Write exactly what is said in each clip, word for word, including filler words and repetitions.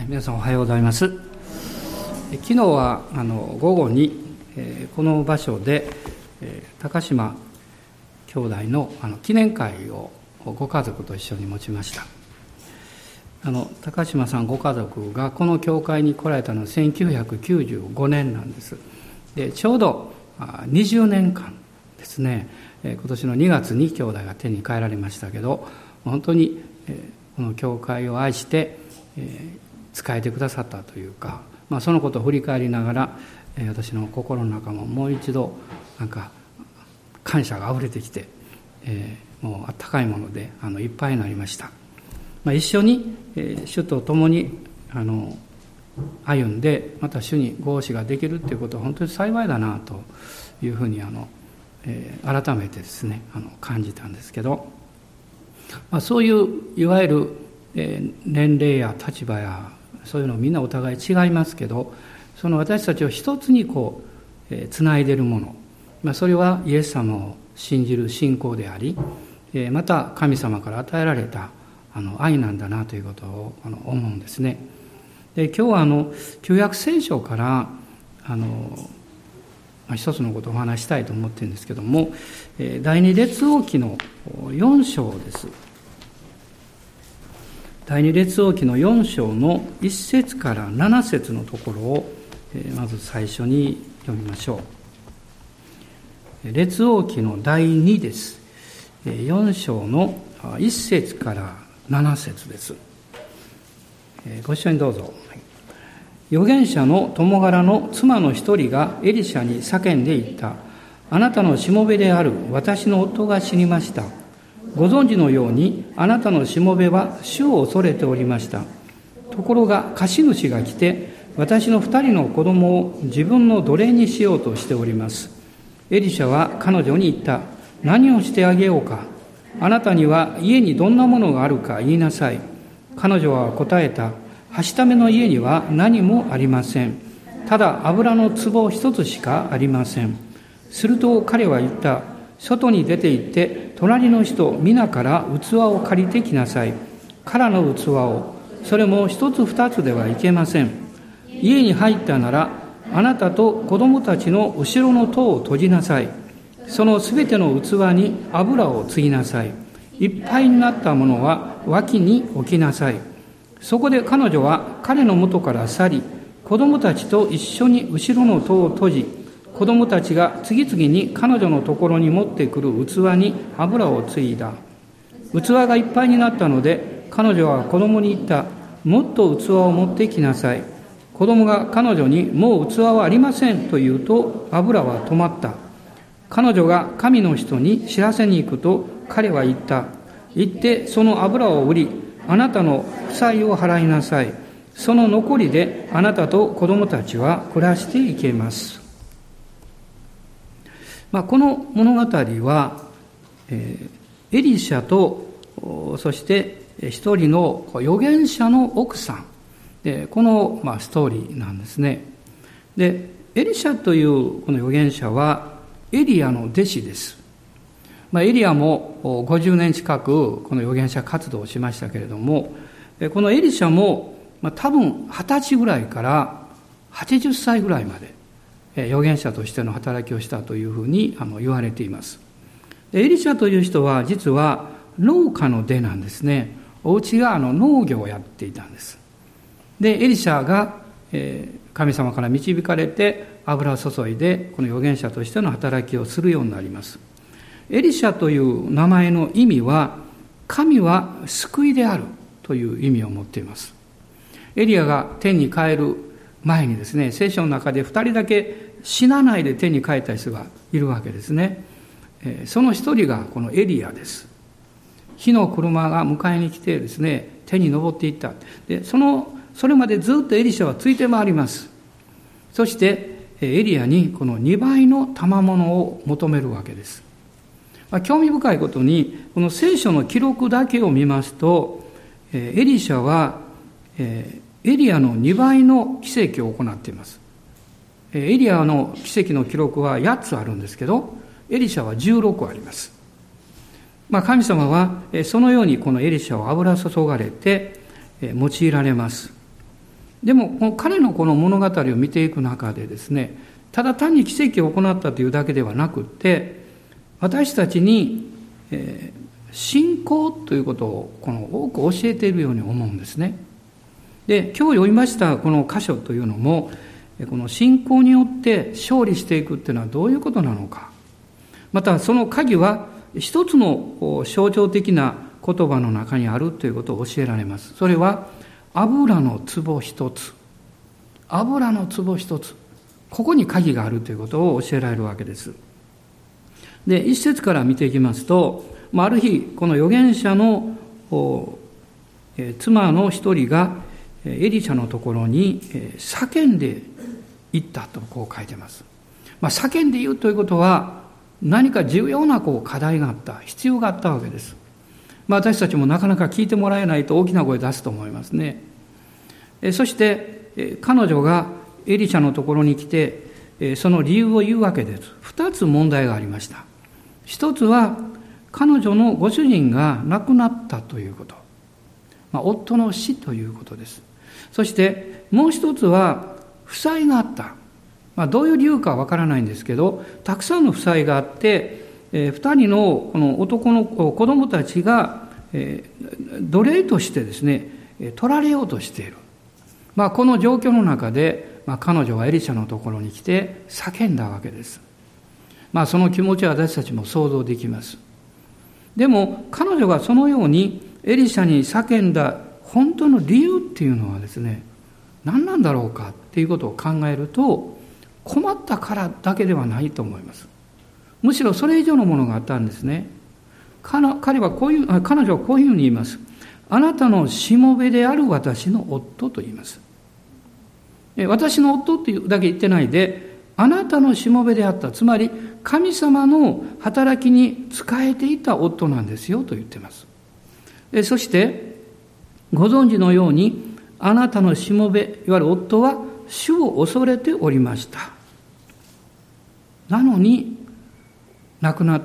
皆さんおはようございます。昨日はあの午後に、えー、この場所で、えー、高島兄弟 の, あの記念会をご家族と一緒に持ちました。あの高島さんご家族がこの教会に来られたのはせんきゅうひゃくきゅうじゅうごねんなんです。でちょうどにじゅうねんかんですね。今年のにがつに兄弟が天に帰られましたけど、本当にこの教会を愛して仕えてくださったというか、まあ、そのことを振り返りながら私の心の中ももう一度なんか感謝があふれてきて、えー、もうあったかいものであのいっぱいになりました。まあ、一緒に、えー、主と共にあの歩んでまた主に合祀ができるということは本当に幸いだなというふうにあの、えー、改めてですねあの感じたんですけど、まあ、そういういわゆる、えー、年齢や立場やそういうのみんなお互い違いますけど、その私たちを一つにこう、えー、つないでいるもの、まあ、それはイエス様を信じる信仰であり、えー、また神様から与えられたあの愛なんだなということをあの思うんですね。で今日はあの旧約聖書からあの、まあ、一つのことをお話したいと思っているんですけども、えー、第二列王記のよん章です。第二列王記のよん章のいち節からなな節のところを、えー、まず最初に読みましょう。列王記のだいにです。よん章のいち節からなな節です。ご一緒にどうぞ。預言者の友柄の妻の一人がエリシャに叫んで言った。あなたのしもべである私の夫が死にました。ご存知のようにあなたのしもべは主を恐れておりました。ところが貸主が来て私の二人の子供を自分の奴隷にしようとしております。エリシャは彼女に言った。何をしてあげようか。あなたには家にどんなものがあるか言いなさい。彼女は答えた。はしための家には何もありません。ただ油の壺一つしかありません。すると彼は言った。外に出て行って隣の人皆から器を借りてきなさい。空の器を。それも一つ二つではいけません。家に入ったならあなたと子供たちの後ろの戸を閉じなさい。そのすべての器に油を注ぎなさい。いっぱいになったものは脇に置きなさい。そこで彼女は彼の元から去り、子供たちと一緒に後ろの戸を閉じ、子供たちが次々に彼女のところに持ってくる器に油を注いだ。器がいっぱいになったので、彼女は子供に言った。もっと器を持ってきなさい。子供が彼女にもう器はありませんと言うと、油は止まった。彼女が神の人に知らせに行くと、彼は言った。行ってその油を売り、あなたの負債を払いなさい。その残りであなたと子供たちは暮らしていけます。まあ、この物語は、えー、エリシャとそして一人の預言者の奥さん、でこの、まあ、ストーリーなんですね。でエリシャというこの預言者はエリアの弟子です。まあ、エリアもごじゅうねん近くこの預言者活動をしましたけれども、このエリシャも、まあ、多分はたちぐらいからはちじゅっさいぐらいまで預言者としての働きをしたというふうにあの言われています。エリシャという人は実は農家の出なんですね。お家があの農業をやっていたんです。でエリシャが、えー、神様から導かれて油を注いでこの預言者としての働きをするようになります。エリシャという名前の意味は、神は救いであるという意味を持っています。エリアが天に帰る前にですね、聖書の中で二人だけ死なないで天に帰った人がいるわけですね。その一人がこのエリアです。火の車が迎えに来てですね、天に昇っていった。で、その、それまでずっとエリシャはついて回ります。そしてエリアにこのにばいの賜物を求めるわけです。興味深いことに、この聖書の記録だけを見ますと、エリシャはエリアのにばいの奇跡を行っています。エリアの奇跡の記録はやっつあるんですけど、エリシャはじゅうろくあります。まあ、神様はそのようにこのエリシャを油注がれて用いられます。 でも彼のこの物語を見ていく中でですね、ただ単に奇跡を行ったというだけではなくって、私たちに、えー、信仰ということをこの多く教えているように思うんですね。で、今日読みましたこの箇所というのも、この信仰によって勝利していくっていうのはどういうことなのか。またその鍵は一つの象徴的な言葉の中にあるということを教えられます。それは油の壺一つ。油の壺一つ。ここに鍵があるということを教えられるわけです。で、一節から見ていきますと、ある日、この預言者の妻の一人がエリシャのところに叫んでいったとこう書いてます。まあ、叫んで言うということは何か重要なこう課題があった、必要があったわけです。まあ、私たちもなかなか聞いてもらえないと大きな声出すと思いますね。そして彼女がエリシャのところに来てその理由を言うわけです。二つ問題がありました。一つは彼女のご主人が亡くなったということ、まあ、夫の死ということです。そしてもう一つは負債があった、まあ、どういう理由かはわからないんですけど、たくさんの負債があって、えー、二人のこの男の子供たちが、えー、奴隷としてですね取られようとしている、まあ、この状況の中で、まあ、彼女はエリシャのところに来て叫んだわけです。まあ、その気持ちは私たちも想像できます。でも彼女がそのようにエリシャに叫んだ本当の理由っていうのはですね、何なんだろうかっていうことを考えると、困ったからだけではないと思います。むしろそれ以上のものがあったんですね。彼はこういう、彼女はこういうふうに言います。あなたのしもべである私の夫と言います。私の夫っていうだけ言ってないで、あなたのしもべであった、つまり神様の働きに仕えていた夫なんですよと言っています。そしてご存知のように、あなたのしもべ、いわゆる夫は主を恐れておりました。なのに亡くなって、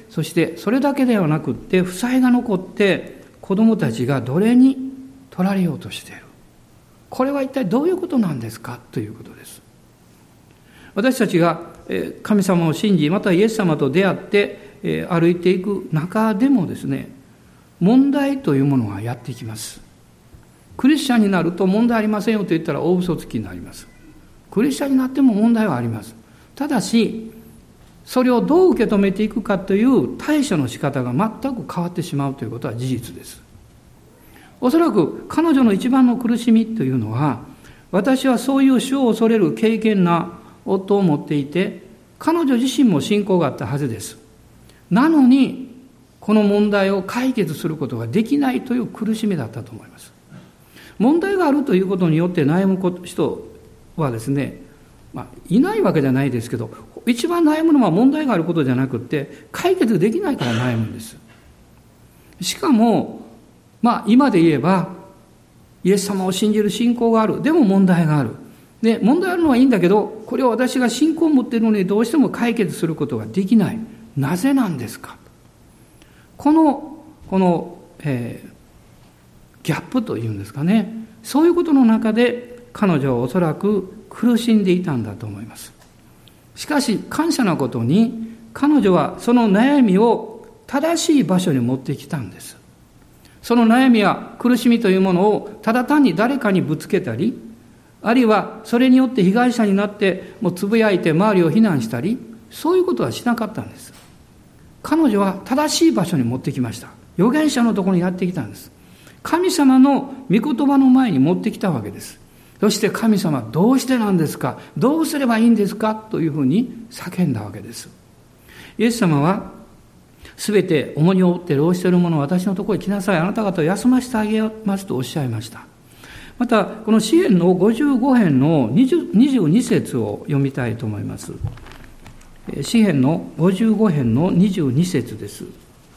そしてそれだけではなくって負債が残って子供たちが奴隷に取られようとしている。これは一体どういうことなんですかということです。私たちが神様を信じ、またイエス様と出会って歩いていく中でもですね、問題というものがやってきます。クリスチャンになると問題ありませんよと言ったら大嘘つきになります。クリスチャンになっても問題はあります。ただし、それをどう受け止めていくかという対処の仕方が全く変わってしまうということは事実です。おそらく彼女の一番の苦しみというのは、私はそういう主を恐れる敬虔な夫を持っていて、彼女自身も信仰があったはずです。なのにこの問題を解決することができないという苦しみだったと思います。問題があるということによって悩む人はですね、まあ、いないわけじゃないですけど、一番悩むのは問題があることじゃなくて、解決できないから悩むんです。しかも、まあ今で言えば、イエス様を信じる信仰がある。でも問題がある。で、問題あるのはいいんだけど、これを私が信仰を持っているのにどうしても解決することができない。なぜなんですか。この、この、えー、ギャップというんですかね。そういうことの中で彼女はおそらく苦しんでいたんだと思います。しかし感謝なことに、彼女はその悩みを正しい場所に持ってきたんです。その悩みや苦しみというものをただ単に誰かにぶつけたり、あるいはそれによって被害者になってもうつぶやいて周りを非難したり、そういうことはしなかったんです。彼女は正しい場所に持ってきました。預言者のところにやってきたんです。神様の御言葉の前に持ってきたわけです。そして神様、どうしてなんですか、どうすればいいんですかというふうに叫んだわけです。イエス様はすべて重荷を負って労している者を私のところへ来なさい、あなた方を休ませてあげますとおっしゃいました。またこの詩編のごじゅうご編のにじゅうに節を読みたいと思います。詩編のごじゅうご編のにじゅうに節です。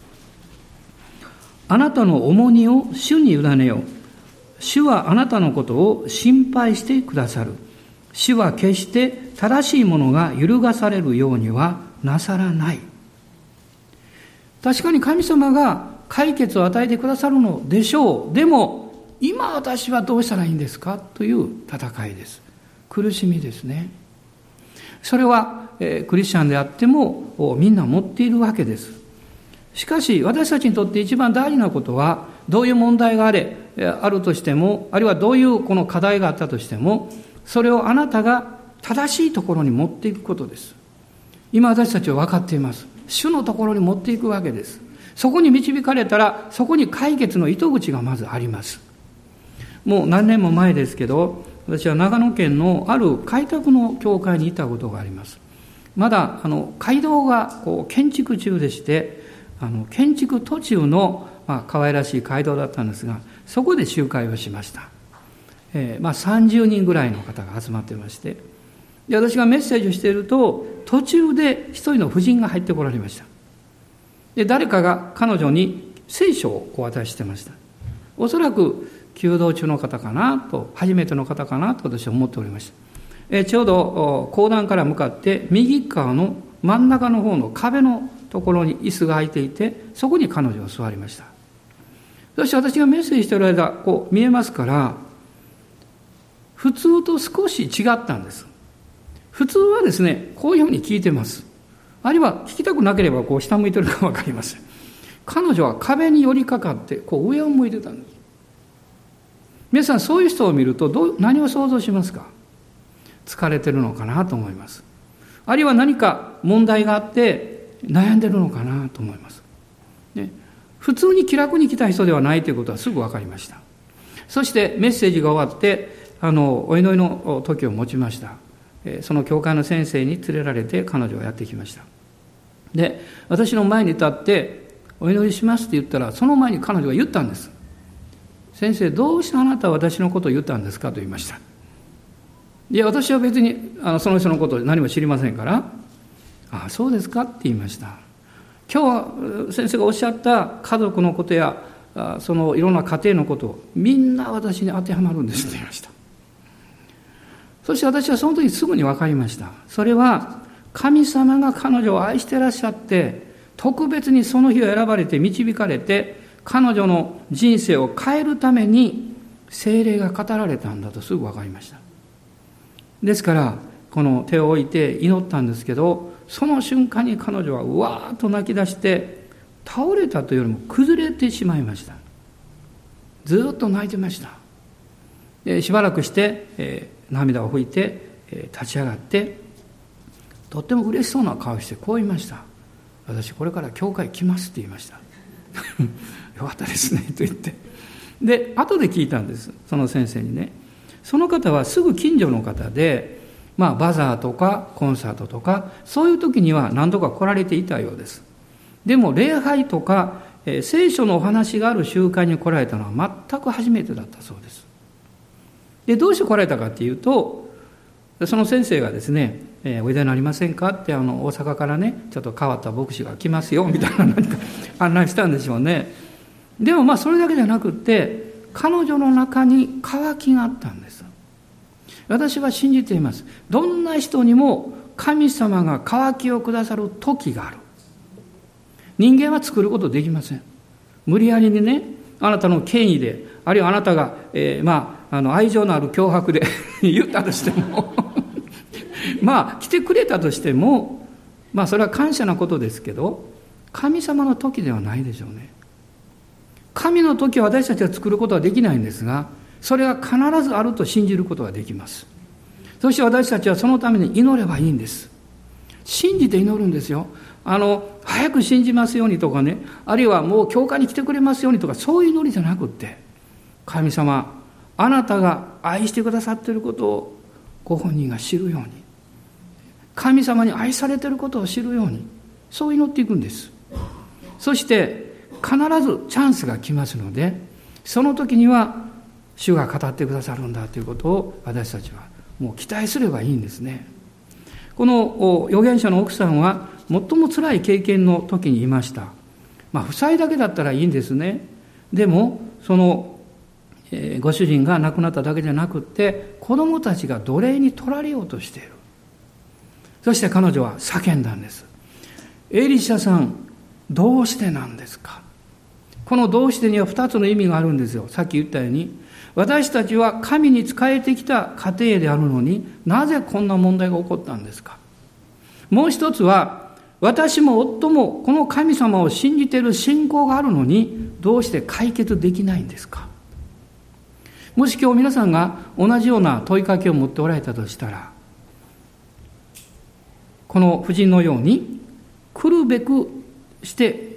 あなたの重荷を主に委ねよ。主はあなたのことを心配してくださる。主は決して正しいものが揺るがされるようにはなさらない。確かに神様が解決を与えてくださるのでしょう。でも、 今私はどうしたらいいんですかという戦いです。苦しみですね。それは、えー、クリスチャンであってもみんな持っているわけです。しかし私たちにとって一番大事なことは、どういう問題があれあるとしても、あるいはどういうこの課題があったとしても、それをあなたが正しいところに持っていくことです。今私たちは分かっています。主のところに持っていくわけです。そこに導かれたら、そこに解決の糸口がまずあります。もう何年も前ですけど、私は長野県のある開拓の教会にいたことがあります。まだあの街道がこう建築中でして、あの建築途中の、まあ、可愛らしい街道だったんですが、そこで集会をしました。えーまあ、さんじゅうにんぐらいの方が集まってまして、で私がメッセージをしていると、途中で一人の婦人が入ってこられました。で誰かが彼女に聖書をお渡ししてました。おそらく弓道中の方かなと、初めての方かなと私は思っておりました。えちょうど講談から向かって右側の真ん中の方の壁のところに椅子が空いていて、そこに彼女は座りました。そして私がメッセージしている間、こう見えますから、普通と少し違ったんです。普通はですね、こういうふうに聞いてます。あるいは聞きたくなければこう下向いてるか分かりません。彼女は壁に寄りかかってこう上を向いてたんです。皆さんそういう人を見るとどう何を想像しますか？疲れてるのかなと思います。あるいは何か問題があって悩んでるのかなと思います、ね、普通に気楽に来た人ではないということはすぐ分かりました。そしてメッセージが終わってあのお祈りの時を持ちました。その教会の先生に連れられて彼女はやってきました。で私の前に立ってお祈りしますって言ったら、その前に彼女が言ったんです。先生、どうしてあなたは私のことを言ったんですかと言いました。いや私は別にあのその人のことを何も知りませんから、ああそうですかって言いました。今日は先生がおっしゃった家族のことやそのいろんな家庭のことをみんな私に当てはまるんですと言いました。そして私はその時すぐに分かりました。それは神様が彼女を愛してらっしゃって、特別にその日を選ばれて導かれて、彼女の人生を変えるために聖霊が語られたんだとすぐ分かりました。ですからこの手を置いて祈ったんですけど、その瞬間に彼女はうわーっと泣き出して倒れたというよりも崩れてしまいました。ずっと泣いてました。でしばらくして、えー、涙を拭いて、えー、立ち上がってとっても嬉しそうな顔をしてこう言いました。私これから教会来ますって言いました。よかったですねと言って、で後で聞いたんです。その先生にね、その方はすぐ近所の方で、まあバザーとかコンサートとかそういう時には何度か来られていたようです。でも礼拝とか、えー、聖書のお話がある集会に来られたのは全く初めてだったそうです。でどうして来られたかっていうと、その先生がですね、えー、おいでになりませんかってあの大阪からねちょっと変わった牧師が来ますよみたいな何か案内したんでしょうね。でもまあそれだけじゃなくって彼女の中に渇きがあったんです。私は信じています。どんな人にも神様が渇きをくださる時がある。人間は作ることできません。無理やりにね、あなたの権威で、あるいはあなたが、えー、まああの愛情のある脅迫で言ったとしてもまあ来てくれたとしても、まあそれは感謝なことですけど、神様の時ではないでしょうね。神の時は私たちは作ることはできないんですが、それが必ずあると信じることができます。そして私たちはそのために祈ればいいんです。信じて祈るんですよ。あの早く信じますようにとかね、あるいはもう教会に来てくれますようにとか、そういう祈りじゃなくって、神様あなたが愛してくださっていることをご本人が知るように、神様に愛されていることを知るように、そう祈っていくんです。そして必ずチャンスが来ますので、その時には主が語ってくださるんだということを私たちはもう期待すればいいんですね。この預言者の奥さんは最も辛い経験の時にいました。まあ負債だけだったらいいんですね。でもその、えー、ご主人が亡くなっただけじゃなくって子供たちが奴隷に取られようとしている。そして彼女は叫んだんです。エリシャさん、どうしてなんですか。このどうしてには二つの意味があるんですよ。さっき言ったように、 私たちは神に仕えてきた家庭であるのに、なぜこんな問題が起こったんですか。もう一つは、私も夫もこの神様を信じている信仰があるのに、どうして解決できないんですか。もし今日皆さんが同じような問いかけを持っておられたとしたら、この婦人のように来るべくして、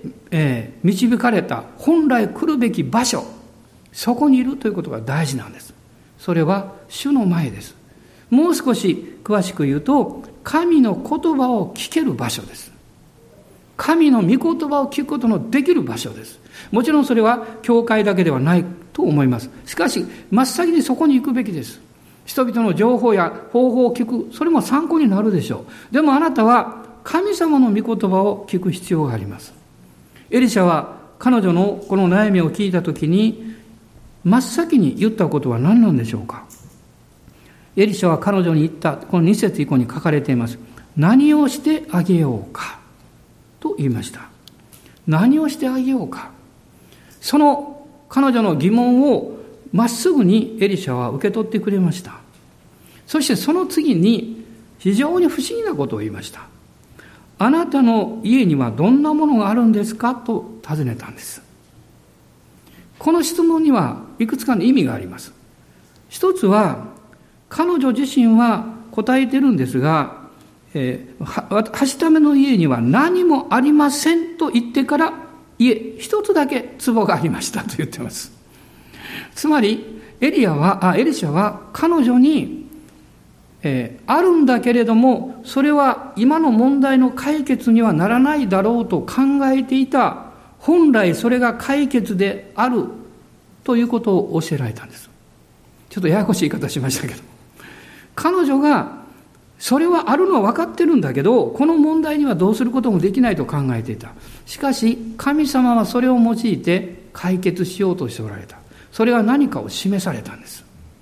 えー、導かれた本来来るべき場所、そこにいるということが大事なんです。それは主の前です。もう少し詳しく言うと、神の言葉を聞ける場所です。神の御言葉を聞くことのできる場所です。もちろんそれは教会だけではないと思います。しかし真っ先にそこに行くべきです。人々の情報や方法を聞く、それも参考になるでしょう。でもあなたは神様の御言葉を聞く必要があります。エリシャは彼女のこの悩みを聞いたときに、真っ先に言ったことは何なんでしょうか。エリシャは彼女に言った、このに節以降に書かれています。何をしてあげようかと言いました。何をしてあげようか。その彼女の疑問をまっすぐにエリシャは受け取ってくれました。そしてその次に非常に不思議なことを言いました。あなたの家にはどんなものがあるんですかと尋ねたんです。この質問にはいくつかの意味があります。一つは、彼女自身は答えてるんですが、えー、はしための家には何もありませんと言ってから、家一つだけ壺がありましたと言ってます。つまりエリアはあエリシャは彼女に、えー、あるんだけれども、それは今の問題の解決にはならないだろうと考えていた、本来それが解決であるということを教えられたんです。ちょっとややこしい言い方しましたけど、彼女がそれはあるのは分かってるんだけど、この問題にはどうすることもできないと考えていた。しかし神様はそれを用いて解決しようとしておられた。それは何かを示されたんです。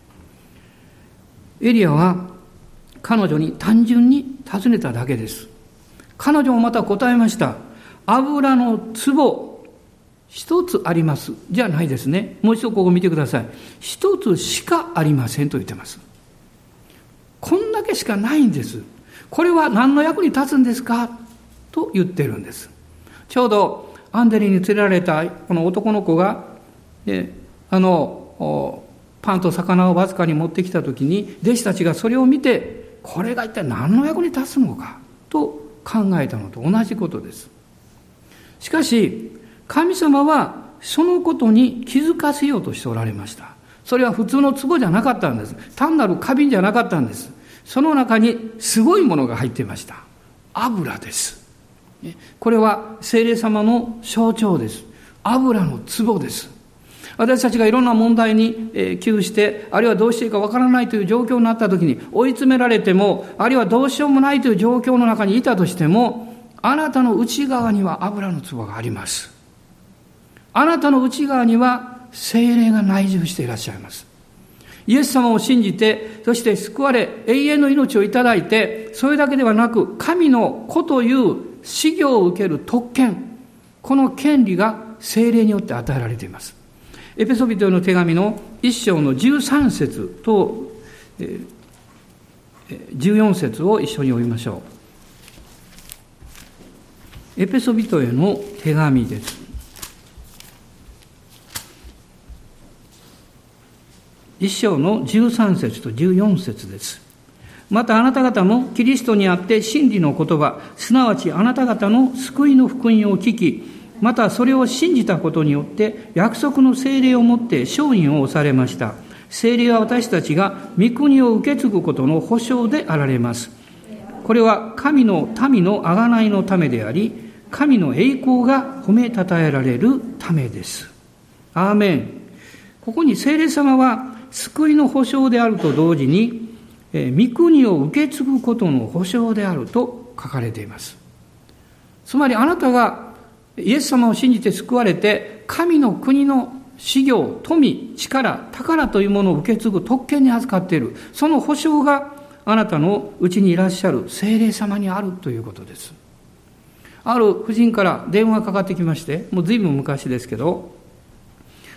エリアは彼女に単純に尋ねただけです。彼女もまた答えました。油の壺一つありますじゃないですね。もう一度ここ見てください。一つしかありませんと言ってます。こんだけしかないんです。これは何の役に立つんですかと言ってるんです。ちょうどアンデリに連れられたこの男の子が、えあのパンと魚をわずかに持ってきたときに、弟子たちがそれを見て、これが一体何の役に立つのかと考えたのと同じことです。しかし神様はそのことに気づかせようとしておられました。それは普通の壺じゃなかったんです。単なる花瓶じゃなかったんです。その中にすごいものが入っていました。油です。これは聖霊様の象徴です。油の壺です。私たちがいろんな問題に窮して、あるいはどうしていいかわからないという状況になったときに、追い詰められても、あるいはどうしようもないという状況の中にいたとしても、あなたの内側には油の壺があります。あなたの内側には聖霊が内住していらっしゃいます。イエス様を信じて、そして救われ、永遠の命をいただいて、それだけではなく、神の子という資料を受ける特権、この権利が聖霊によって与えられています。エペソビトへの手紙の一章のじゅうさん節とじゅうよん節を一緒に読みましょう。エペソビトへの手紙です。一章のじゅうさん節とじゅうよん節です。またあなた方もキリストにあって真理の言葉、すなわちあなた方の救いの福音を聞き、またそれを信じたことによって約束の聖霊をもって承認をされました。聖霊は私たちが御国を受け継ぐことの保証であられます。これは神の民の贖いのためであり、神の栄光が褒めたたえられるためです。アーメン。ここに聖霊様は救いの保証であると同時に、御国を受け継ぐことの保証であると書かれています。つまりあなたがイエス様を信じて救われて、神の国の資業、富、力、宝というものを受け継ぐ特権に預かっている。その保証があなたのうちにいらっしゃる聖霊様にあるということです。ある婦人から電話がかかってきまして、もう随分昔ですけど、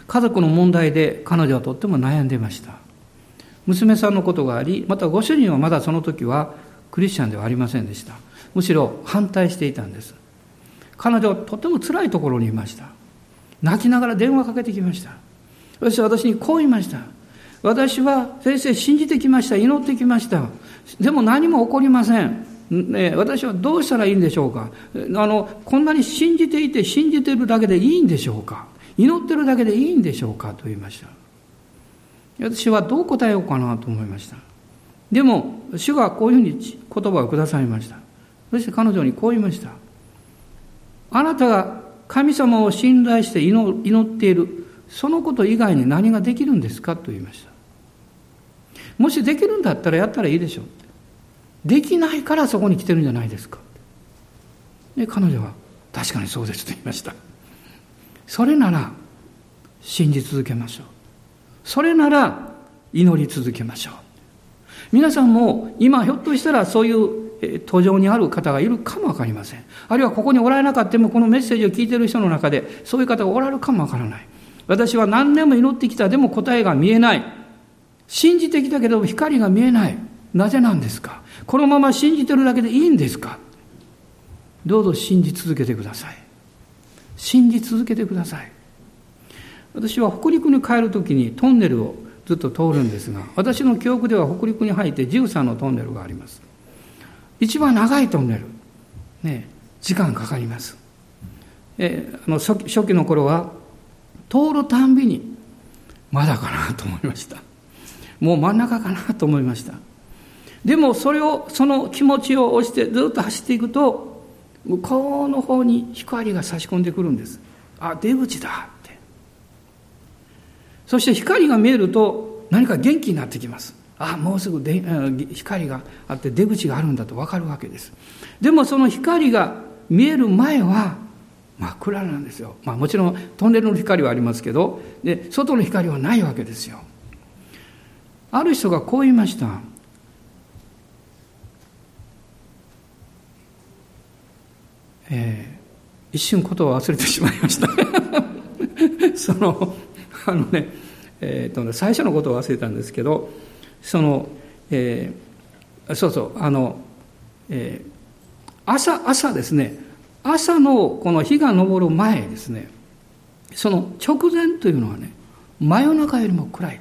家族の問題で彼女はとっても悩んでいました。娘さんのことがあり、またご主人はまだその時はクリスチャンではありませんでした。むしろ反対していたんです。彼女はとても辛いところにいました。泣きながら電話かけてきました。そして私にこう言いました。私は先生信じてきました。祈ってきました。でも何も起こりません。ね、私はどうしたらいいんでしょうか。あの、こんなに信じていて信じているだけでいいんでしょうか。祈ってるだけでいいんでしょうかと言いました。私はどう答えようかなと思いました。でも、主がこういうふうに言葉をくださいました。そして彼女にこう言いました。あなたが神様を信頼して祈っている、そのこと以外に何ができるんですかと言いました。もしできるんだったらやったらいいでしょう。できないからそこに来てるんじゃないですか。で、彼女は確かにそうですと言いました。それなら信じ続けましょう。それなら祈り続けましょう。皆さんも今ひょっとしたらそういう途上にある方がいるかもわかりません。あるいはここにおられなかったもこのメッセージを聞いている人の中でそういう方がおられるかもわからない。私は何年も祈ってきた。でも答えが見えない。信じてきたけど光が見えない。なぜなんですか。このまま信じてるだけでいいんですか。どうぞ信じ続けてください。信じ続けてください。私は北陸に帰るときにトンネルをずっと通るんですが、私の記憶では北陸に入ってじゅうさんのトンネルがあります。一番長いトンネル、ね、時間かかります。えあの 初, 初期の頃は通るたんびにまだかなと思いました。もう真ん中かなと思いました。でもそれをその気持ちを押してずっと走っていくと向こうの方に光が差し込んでくるんです。あ、出口だって。そして光が見えると何か元気になってきます。あ、もうすぐで光があって出口があるんだと分かるわけです。でもその光が見える前は真っ暗なんですよ。まあもちろんトンネルの光はありますけど、で外の光はないわけですよ。ある人がこう言いました。えー、一瞬ことを忘れてしまいましたそのあのね、えー、とね最初のことを忘れたんですけど、その、えー、そうそうあの、えー、朝朝ですね、朝のこの日が昇る前ですね、その直前というのはね、真夜中よりも暗いって。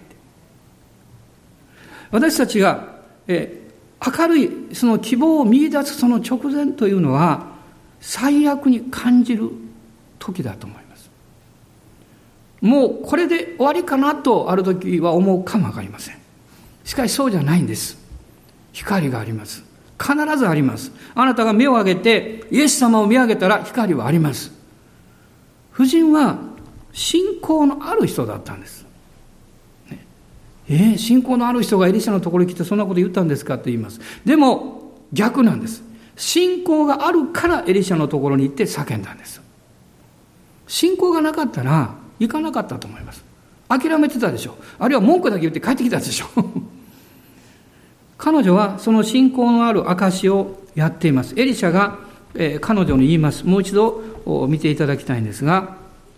私たちが、えー、明るいその希望を見出すその直前というのは最悪に感じる時だと思います。もうこれで終わりかなとある時は思うかもわかりません。しかしそうじゃないんです。光があります。必ずあります。あなたが目を上げてイエス様を見上げたら光はあります。夫人は信仰のある人だったんです。ね、えー、信仰のある人がエリシャのところに来てそんなこと言ったんですかって言います。でも逆なんです。信仰があるからエリシャのところに行って叫んだんです。信仰がなかったら行かなかったと思います。諦めてたでしょ。あるいは文句だけ言って帰ってきたでしょ彼女はその信仰のある証をやっています。エリシャが、えー、彼女に言います。もう一度見ていただきたいんですが、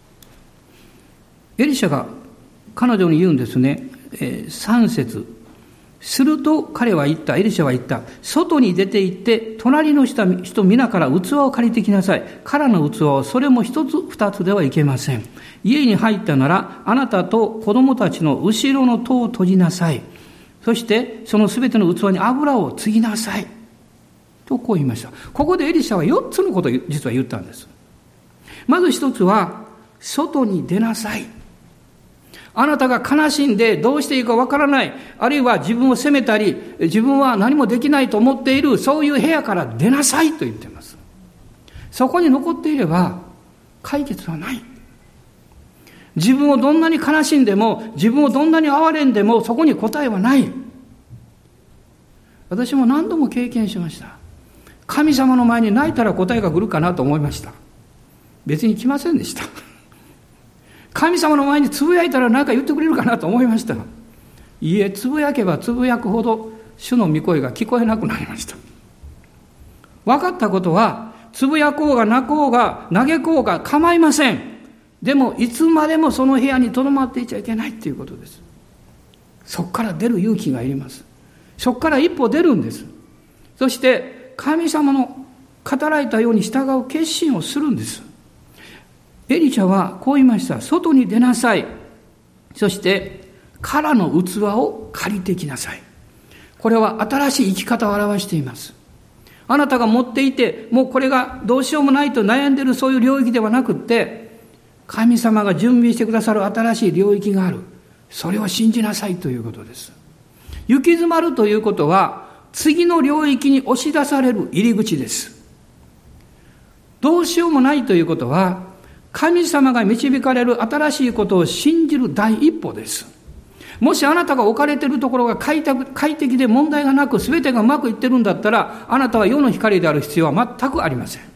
エリシャが彼女に言うんですね。えー、さん節。すると彼は言った、エリシャは言った。外に出て行って隣の人皆から器を借りてきなさい。空の器をそれも一つ二つではいけません。家に入ったならあなたと子供たちの後ろの戸を閉じなさい。そしてそのすべての器に油を継ぎなさい。とこう言いました。ここでエリシャはよっつのことを実は言ったんです。まず一つは外に出なさい。あなたが悲しんでどうしていいかわからない、あるいは自分を責めたり自分は何もできないと思っている、そういう部屋から出なさいと言っています。そこに残っていれば解決はない。自分をどんなに悲しんでも自分をどんなに哀れんでもそこに答えはない。私も何度も経験しました。神様の前に泣いたら答えが来るかなと思いました。別に来ませんでした。神様の前につぶやいたら何か言ってくれるかなと思いました。いいえ、つぶやけばつぶやくほど主の御声が聞こえなくなりました。分かったことは、つぶやこうが泣こうが嘆こうが構いません。 でもいつまでもその部屋にとどまっていちゃいけないということです。そこから出る勇気がいります。そこから一歩出るんです。そして神様の語られたように従う決心をするんです。エリシャはこう言いました。外に出なさい。そして空の器を借りてきなさい。これは新しい生き方を表しています。あなたが持っていて、もうこれがどうしようもないと悩んでいるそういう領域ではなくって、神様が準備してくださる新しい領域がある。それを信じなさいということです。行き詰まるということは、次の領域に押し出される入り口です。どうしようもないということは、神様が導かれる新しいことを信じる第一歩です。もしあなたが置かれているところが快適で問題がなく全てがうまくいってるんだったら、あなたは世の光である必要は全くありません。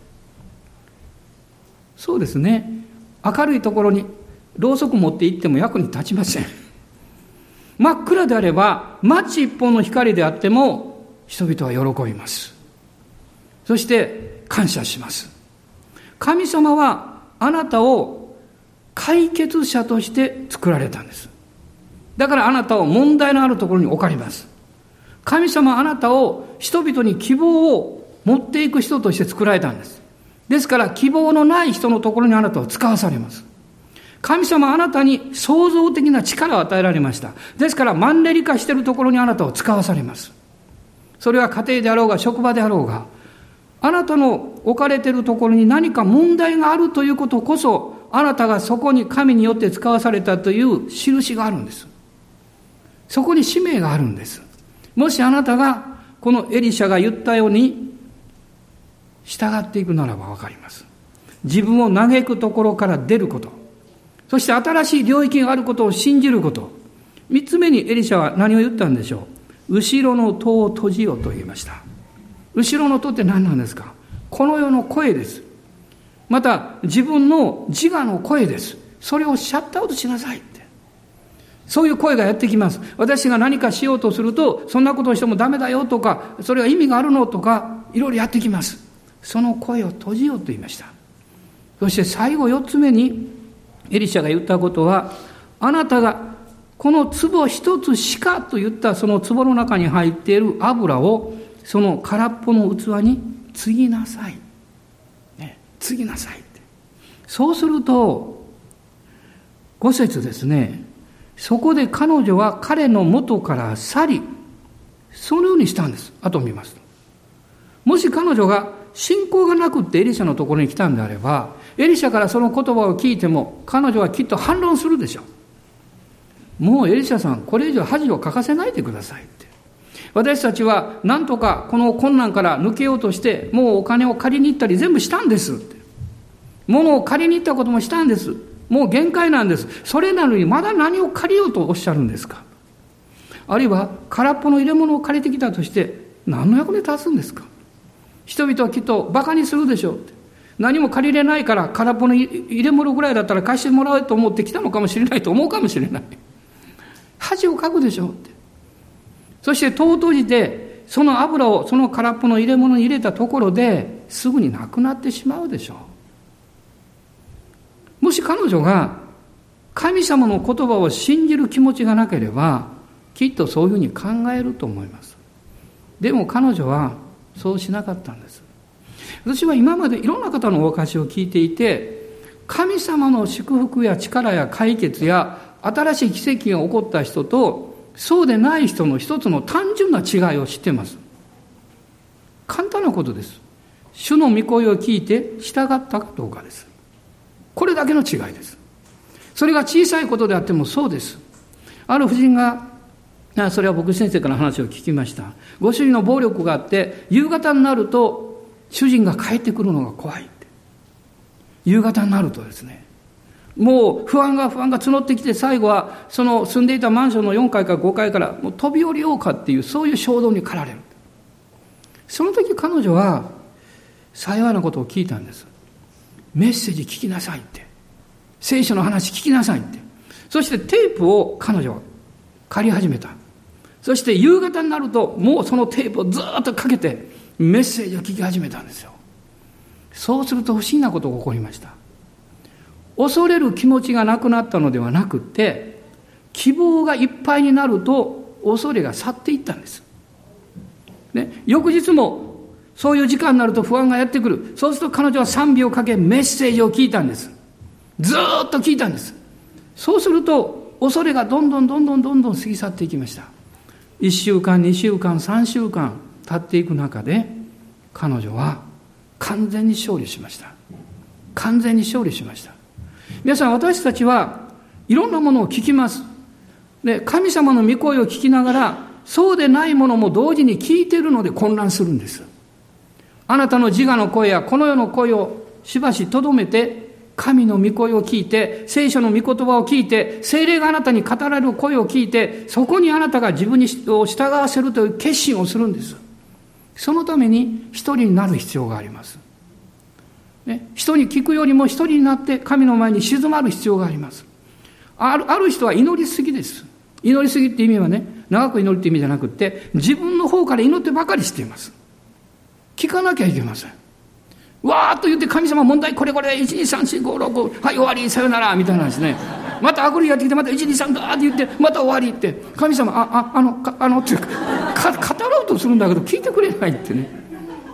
そうですね。明るいところにろうそく持って行っても役に立ちません。真っ暗であれば、マッチ一本の光であっても人々は喜びます。そして感謝します。神様はあなたを解決者として作られたんです。だからあなたを問題のあるところに置かれます。神様はあなたを人々に希望を持っていく人として作られたんです。ですから希望のない人のところにあなたを使わされます。神様はあなたに創造的な力を与えられました。ですからマンネリ化しているところにあなたを使わされます。それは家庭であろうが職場であろうが、あなたの置かれているところに何か問題があるということこそ、あなたがそこに神によって使わされたという印があるんです。そこに使命があるんです。もしあなたがこのエリシャが言ったように従っていくならばわかります。自分を嘆くところから出ること、そして新しい領域があることを信じること。三つ目にエリシャは何を言ったんでしょう。後ろの戸を閉じよと言いました。後ろの戸って何なんですか。この世の声です。また自分の自我の声です。それをシャットアウトしなさいって。そういう声がやってきます。私が何かしようとすると、そんなことをしてもダメだよとか、それは意味があるのとか、いろいろやってきます。その声を閉じようと言いました。そして最後四つ目に、エリシャが言ったことは、あなたがこの壺一つしかと言ったその壺の中に入っている油を、その空っぽの器に継ぎなさい。ね、継ぎなさいって。そうすると、五節ですね。そこで彼女は彼の元から去り、そのようにしたんです。後を見ますと。もし彼女が信仰がなくってエリシャのところに来たんであれば、エリシャからその言葉を聞いても彼女はきっと反論するでしょう。もうエリシャさん、これ以上恥をかかせないでくださいって。私たちは何とかこの困難から抜けようとして、もうお金を借りに行ったり全部したんですって。物を借りに行ったこともしたんです。もう限界なんです。それなのにまだ何を借りようとおっしゃるんですか。あるいは空っぽの入れ物を借りてきたとして何の役に立つんですか。人々はきっとバカにするでしょうって。何も借りれないから空っぽの入れ物ぐらいだったら貸してもらおうと思ってきたのかもしれないと思うかもしれない。恥をかくでしょうって。そして戸を閉じてその油をその空っぽの入れ物に入れたところですぐになくなってしまうでしょう。もし彼女が神様の言葉を信じる気持ちがなければ、きっとそういうふうに考えると思います。でも彼女はそうしなかったんです。私は今までいろんな方のお証を聞いていて、神様の祝福や力や解決や新しい奇跡が起こった人とそうでない人の一つの単純な違いを知っています。簡単なことです。主の御声を聞いて従ったかどうかです。これだけの違いです。それが小さいことであってもそうです。ある婦人が、それは僕先生から話を聞きました。ご主人の暴力があって、夕方になると主人が帰ってくるのが怖いって。夕方になるとですね、もう不安が不安が募ってきて、最後はその住んでいたマンションのよんかいかごかいからもう飛び降りようかっていう、そういう衝動に駆られる。その時彼女は幸いなことを聞いたんです。メッセージ聞きなさいって。聖書の話聞きなさいって。そしてテープを彼女は借り始めた。そして夕方になるともうそのテープをずっとかけてメッセージを聞き始めたんですよ。そうすると不思議なことが起こりました。 恐れる気持ちがなくなったのではなくて、希望がいっぱいになると恐れが去っていったんです。ね、翌日もそういう時間になると不安がやってくる。そうすると彼女は賛美をかけメッセージを聞いたんです。ずーっと聞いたんです。そうすると恐れがどんどんどんどんどんどん過ぎ去っていきました。いっしゅうかん、にしゅうかん、さんしゅうかん経っていく中で、彼女は完全に勝利しました。完全に勝利しました。皆さん、私たちはいろんなものを聞きます。で、神様の御声を聞きながら、そうでないものも同時に聞いているので混乱するんです。あなたの自我の声やこの世の声をしばしとどめて、神の御声を聞いて、聖書の御言葉を聞いて、聖霊があなたに語られる声を聞いて、そこにあなたが自分にを従わせるという決心をするんです。そのために一人になる必要があります。ね、人に聞くよりも一人になって神の前に静まる必要があります。ある、ある人は祈りすぎです。祈りすぎって意味はね、長く祈るって意味じゃなくて、自分の方から祈ってばかりしています。聞かなきゃいけません。わーっと言って、神様問題これこれいちにさんしごろくはい終わりさよならみたいなんですね。またアグリやってきてまたいちにさんだーって言ってまた終わりって、神様あああのかあのってか語ろうとするんだけど聞いてくれないってね。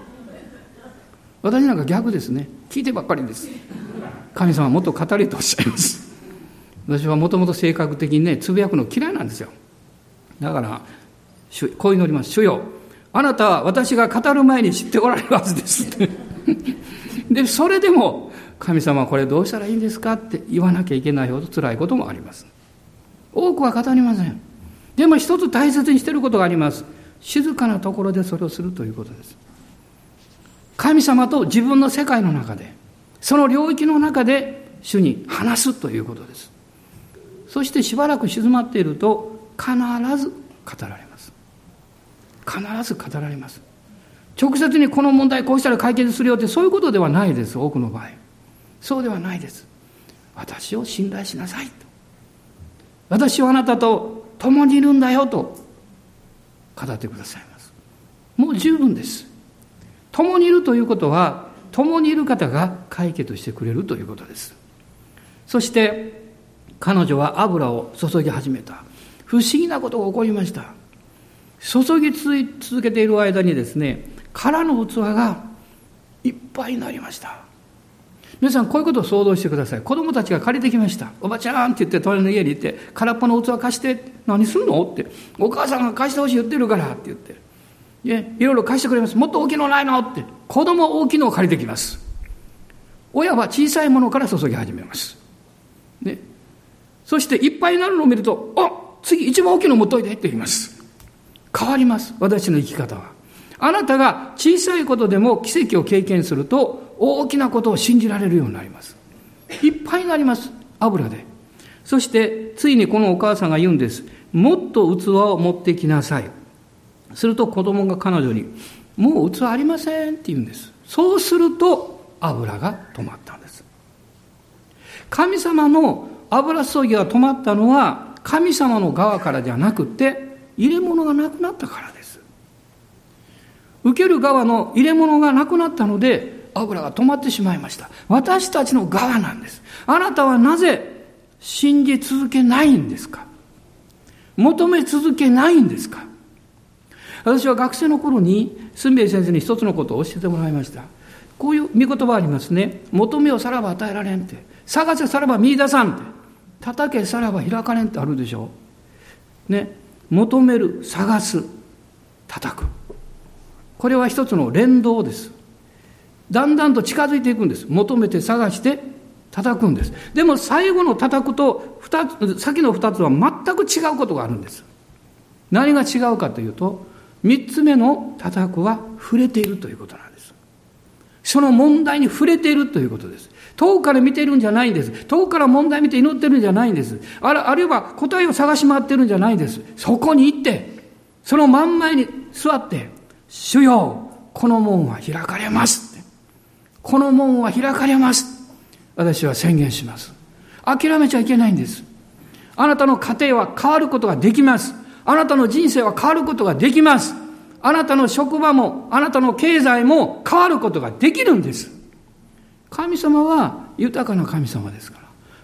私なんか逆ですね。聞いてばっかりです。神様はもっと語れとおっしゃいます。私はもともと性格的にね、つぶやくの嫌いなんですよ。だからこう祈ります。主よ、あなたは私が語る前に知っておられるはずですで、それでも神様これどうしたらいいんですかって言わなきゃいけないほど辛いこともあります。多くは語りません。でも一つ大切にしていることがあります。静かなところでそれをするということです。神様と自分の世界の中で、その領域の中で主に話すということです。そしてしばらく静まっていると必ず語られます。必ず語られます。直接にこの問題こうしたら解決するよってそういうことではないです。多くの場合そうではないです。私を信頼しなさいと、私はあなたと共にいるんだよと語ってくださいます。もう十分です。共にいるということは、共にいる方が解決してくれるということです。そして彼女は油を注ぎ始めた。不思議なことが起こりました。注ぎ続けている間にですね、空の器がいっぱいになりました。皆さん、こういうことを想像してください。子供たちが借りてきました。おばちゃんって言って隣の家に行って、空っぽの器貸して。何するのって。お母さんが貸してほしい言ってるからって言って、ね、いろいろ貸してくれます。もっと大きいのないのって。子供は大きいのを借りてきます。親は小さいものから注ぎ始めます、ね、そしていっぱいになるのを見ると、あ、次一番大きいの持っといてって言います。変わります。私の生き方は。あなたが小さいことでも奇跡を経験すると、大きなことを信じられるようになります。いっぱいになります。油で。そしてついにこのお母さんが言うんです。もっと器を持ってきなさい。すると子供が彼女に、もう器ありませんって言うんです。そうすると油が止まったんです。神様の油注ぎが止まったのは神様の側からじゃなくて、入れ物がなくなったからです。受ける側の入れ物がなくなったので油が止まってしまいました。私たちの側なんです。あなたはなぜ信じ続けないんですか？求め続けないんですか？私は学生の頃にすんべい先生に一つのことを教えてもらいました。こういう見言葉ありますね。求めをさらば与えられんって、探せさらば見出さんって、叩けさらば開かれんってあるでしょね。求める、探す、叩く、これは一つの連動です。だんだんと近づいていくんです。求めて探して叩くんです。でも最後の叩くと二つ、先の二つは全く違うことがあるんです。何が違うかというと、三つ目の叩くは触れているということなんです。その問題に触れているということです。遠くから見ているんじゃないんです。遠くから問題見て祈ってるんじゃないんです。ある、あるいは答えを探し回ってるんじゃないんです。そこに行って、その真ん前に座って、主よ、この門は開かれますって。この門は開かれます。私は宣言します。諦めちゃいけないんです。あなたの家庭は変わることができます。あなたの人生は変わることができます。あなたの職場も、あなたの経済も変わることができるんです。神様は豊かな神様ですから。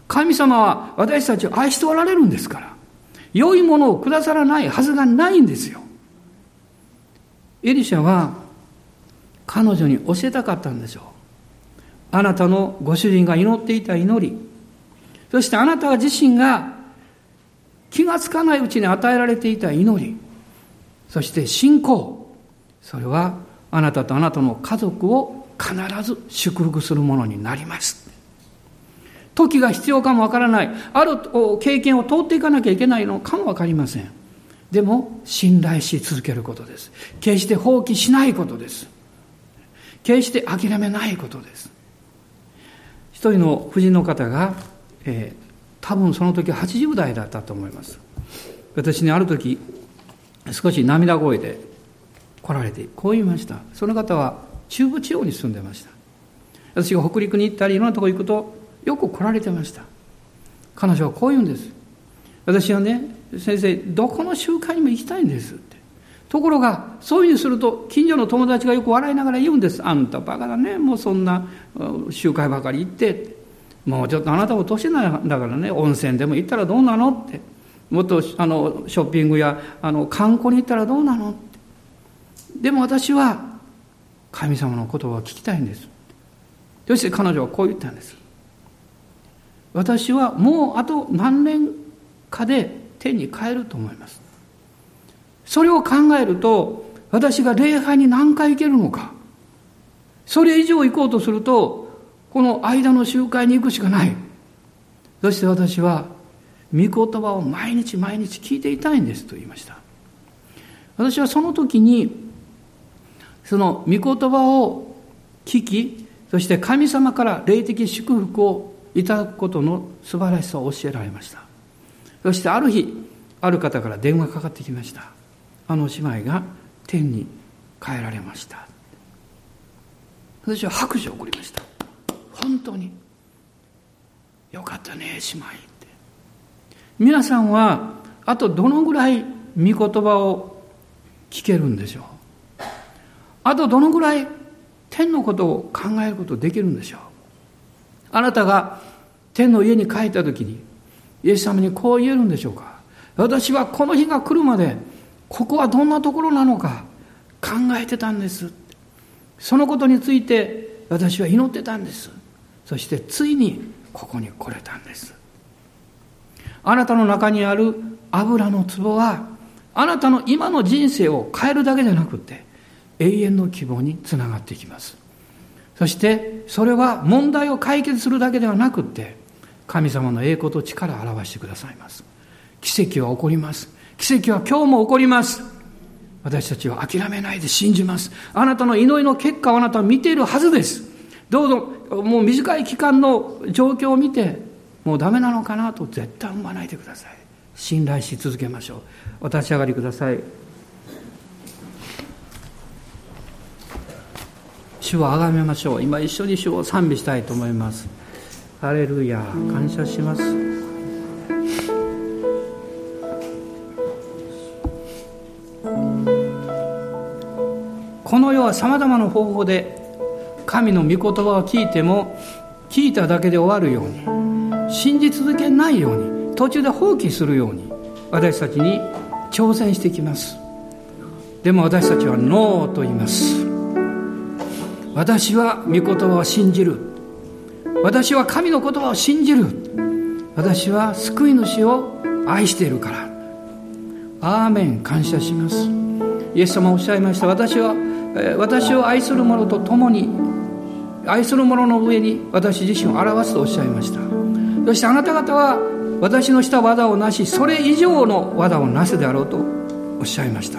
神様は私たちを愛しておられるんですから、良いものをくださらないはずがないんですよ。エリシャは彼女に教えたかったんでしょう。あなたのご主人が祈っていた祈り、そしてあなた自身が気がつかないうちに与えられていた祈り、そして信仰、それはあなたとあなたの家族を必ず祝福するものになります。時が必要かもわからない、ある経験を通っていかなきゃいけないのかもわかりません。でも信頼し続けることです。決して放棄しないことです。決して諦めないことです。一人の婦人の方が、えー、多分その時はちじゅう代だったと思います。私にある時少し涙声で来られてこう言いました。その方は中部地方に住んでました。私が北陸に行ったりいろんなところ行くとよく来られてました。彼女はこう言うんです。私はね、先生どこの集会にも行きたいんですって。ところがそういうふうにすると近所の友達がよく笑いながら言うんです。あんたバカだね、もうそんな集会ばかり行ってもうちょっとあなたも年なんだからね、温泉でも行ったらどうなのって、もっとあのショッピングやあの観光に行ったらどうなのって。でも私は神様の言葉を聞きたいんです。そして彼女はこう言ったんです。私はもうあと何年かで天に帰ると思います。それを考えると私が礼拝に何回行けるのか、それ以上行こうとするとこの間の集会に行くしかない。そして私は御言葉を毎日毎日聞いていたいんですと言いました。私はその時にその御言葉を聞き、そして神様から霊的祝福をいただくことの素晴らしさを教えられました。そしてある日ある方から電話がかかってきました。あの姉妹が天に帰られました。私は拍手を送りました。本当によかったね姉妹って。皆さんはあとどのぐらい御言葉を聞けるんでしょう。あとどのぐらい天のことを考えることできるんでしょう。あなたが天の家に帰った時にイエス様にこう言えるんでしょうか。私はこの日が来るまでここはどんなところなのか考えてたんです。そのことについて私は祈ってたんです。そしてついにここに来れたんです。あなたの中にある油の壺はあなたの今の人生を変えるだけじゃなくて永遠の希望につながっていきます。そしてそれは問題を解決するだけではなくて神様の栄光と力を表してくださいます。奇跡は起こります。奇跡は今日も起こります。私たちは諦めないで信じます。あなたの祈りの結果をあなたは見ているはずです。どうぞもう短い期間の状況を見てもうダメなのかなと絶対思わないでください。信頼し続けましょう。お立ち上がりください。主をあがめましょう。今一緒に主を賛美したいと思います。ハレルヤ、感謝します。この世はさまざまな方法で神の御言葉を聞いても聞いただけで終わるように、信じ続けないように、途中で放棄するように私たちに挑戦してきます。でも私たちはノーと言います。私は御言葉を信じる。私は神の言葉を信じる。私は救い主を愛しているから。アーメン。感謝します。イエス様おっしゃいました。私は私を愛する者と共に愛する者の上に私自身を表すとおっしゃいました。そしてあなた方は私のした技をなし、それ以上の技をなすであろうとおっしゃいました。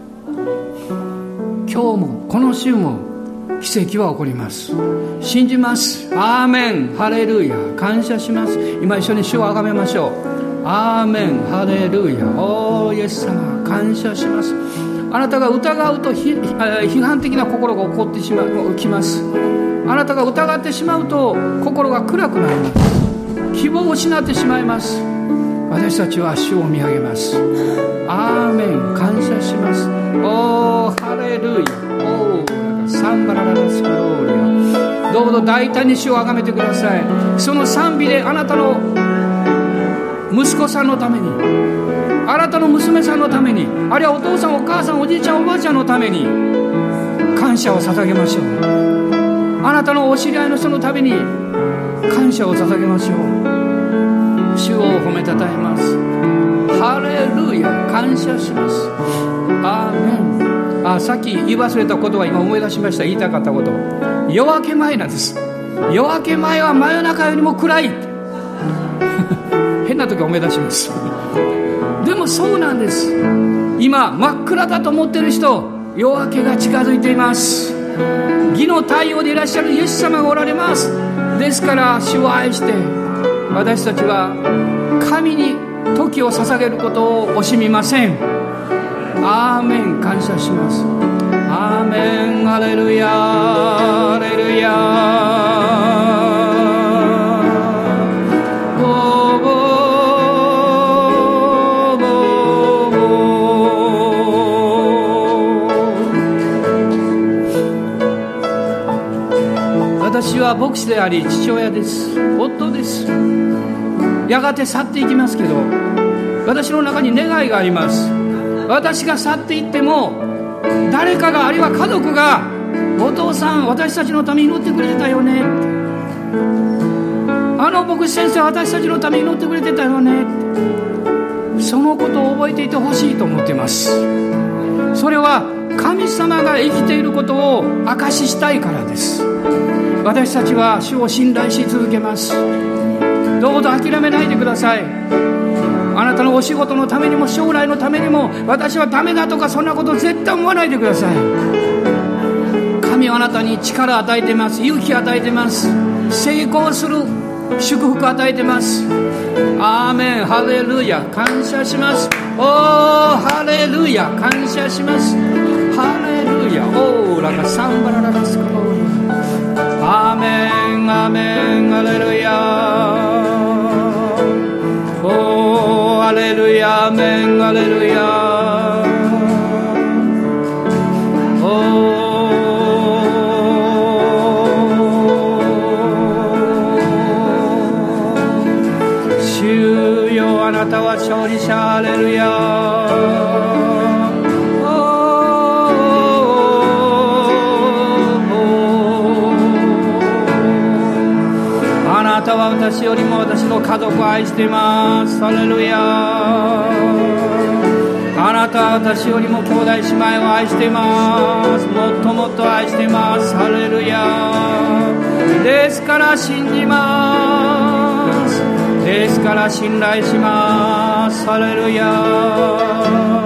今日もこの週も奇跡は起こります。信じます。アーメン。ハレルヤ。感謝します。今一緒に主をあがめましょう。アーメン。ハレルヤ。おーイエス様感謝します。あなたが疑うと批判的な心が起こってしまうきます。あなたが疑ってしまうと心が暗くなります。希望を失ってしまいます。私たちは主を見上げます。アーメン。感謝します。おーハレルヤ。おーサンバラララスクローリア。どうぞど大胆に主をあがめてください。その賛美であなたの息子さんのために、あなたの娘さんのために、あるいはお父さんお母さんおじいちゃんおばあちゃんのために感謝を捧げましょう。あなたのお知り合いの人のために感謝を捧げましょう。主を褒めたたえます。ハレルヤ、感謝します。アーメン。あ、さっき言い忘れたことは今思い出しました。言いたかったこと、夜明け前なんです。夜明け前は真夜中よりも暗い変な時思い出しますでもそうなんです。今真っ暗だと思っている人、夜明けが近づいています。義の太陽でいらっしゃるイエス様がおられます。ですから主を愛して私たちは神に時を捧げることを惜しみません。アーメン。感謝します。アーメン。ハレルヤ、ハレルヤ。私は牧師であり父親です。夫です。やがて去っていきますけど、私の中に願いがあります。私が去っていっても誰かが、あるいは家族が、お父さん私たちのために祈ってくれてたよね、あの牧師先生私たちのために祈ってくれてたよね、そのことを覚えていてほしいと思っています。それは神様が生きていることを証ししたいからです。私たちは主を信頼し続けます。どうぞ諦めないでください。あなたのお仕事のためにも将来のためにも、私はダメだとかそんなこと絶対思わないでください。神はあなたに力を与えています。勇気を与えています。成功する祝福を与えています。アーメン。ハレルヤ、感謝します。おー、ハレルヤ、感謝します。ハレルヤ、オーラがサンバラララスコーラ、アーメン、アーメン、ハレルヤ、おー、ハレルヤ、アーメン、ハレルヤ、おー、主よあなたは勝利者、ハレルヤ、私よりも私の家族を愛しています。ハレルヤ。あなたは私よりも兄弟姉妹を愛しています。もっともっと愛しています。ハレルヤ。ですから信じます。ですから信頼します。ハレルヤ。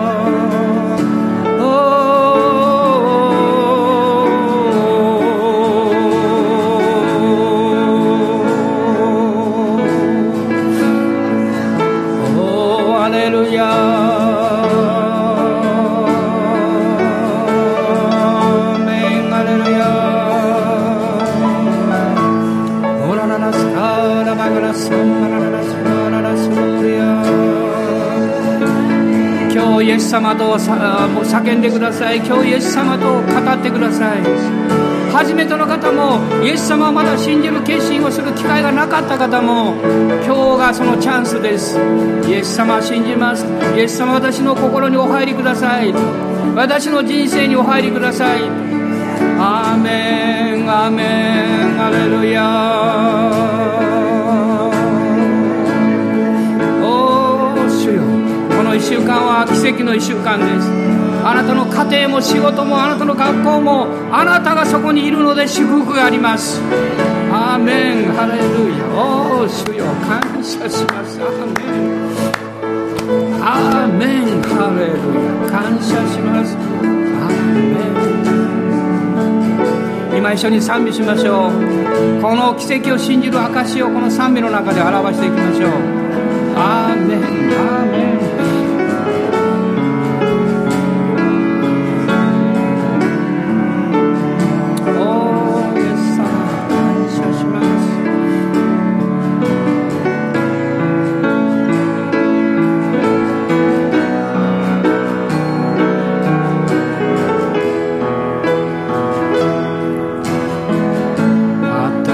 イエス様と叫んでください。今日イエス様と語ってください。初めての方も、イエス様をまだ信じる決心をする機会がなかった方も、今日がそのチャンスです。イエス様を信じます。イエス様、私の心にお入りください。私の人生にお入りください。アーメン、アーメン、ハレルヤ。このいっしゅうかんは奇跡のいっしゅうかんです。あなたの家庭も仕事もあなたの学校も、あなたがそこにいるので祝福があります。アーメン、ハレルヤ。おー、主よ感謝します。アーメン、アーメン、ハレルヤ、感謝します。アーメン。今一緒に賛美しましょう。この奇跡を信じる証をこの賛美の中で表していきましょう。アーメン、アーメン。私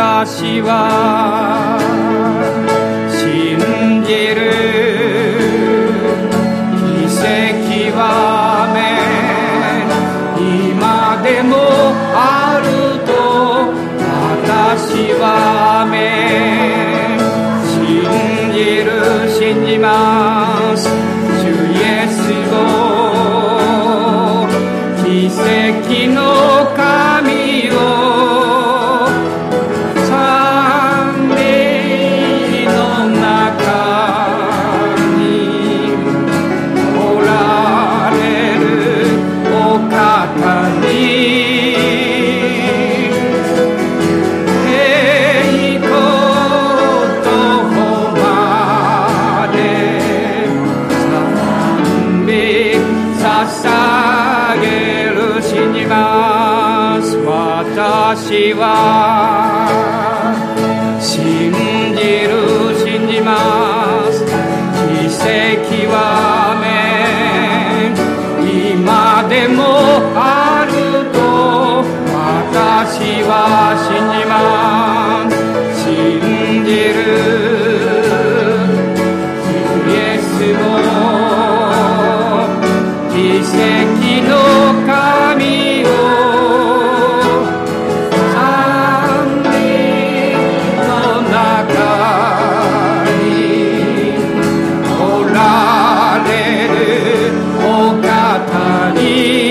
私は信じる。奇跡はめ今でもあると私はめ信じる。信じます。主イエスを奇跡の神を賛美の中におられるお方に栄光と誉れ賛美捧げる。信じます。私は信じる。信じます。奇跡はめ今でもあると私は信じます。信じる。主イエスを奇跡の神を賛美の中におられるお方に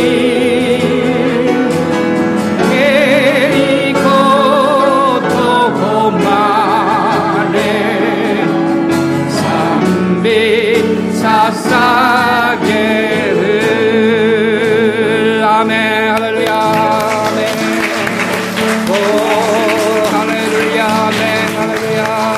栄光と誉れ賛美捧げる。アメン。ハレルヤ。アメン。おーハレルヤ。アメン。ハレルヤ。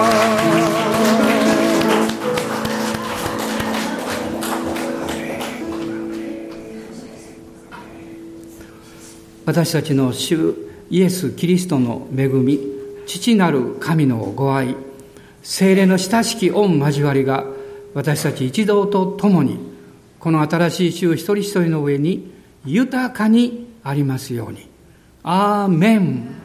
私たちの主イエス・キリストの恵み、父なる神のご愛、聖霊の親しき御交わりが私たち一同と共にこの新しい週一人一人の上に豊かにありますように。アーメン。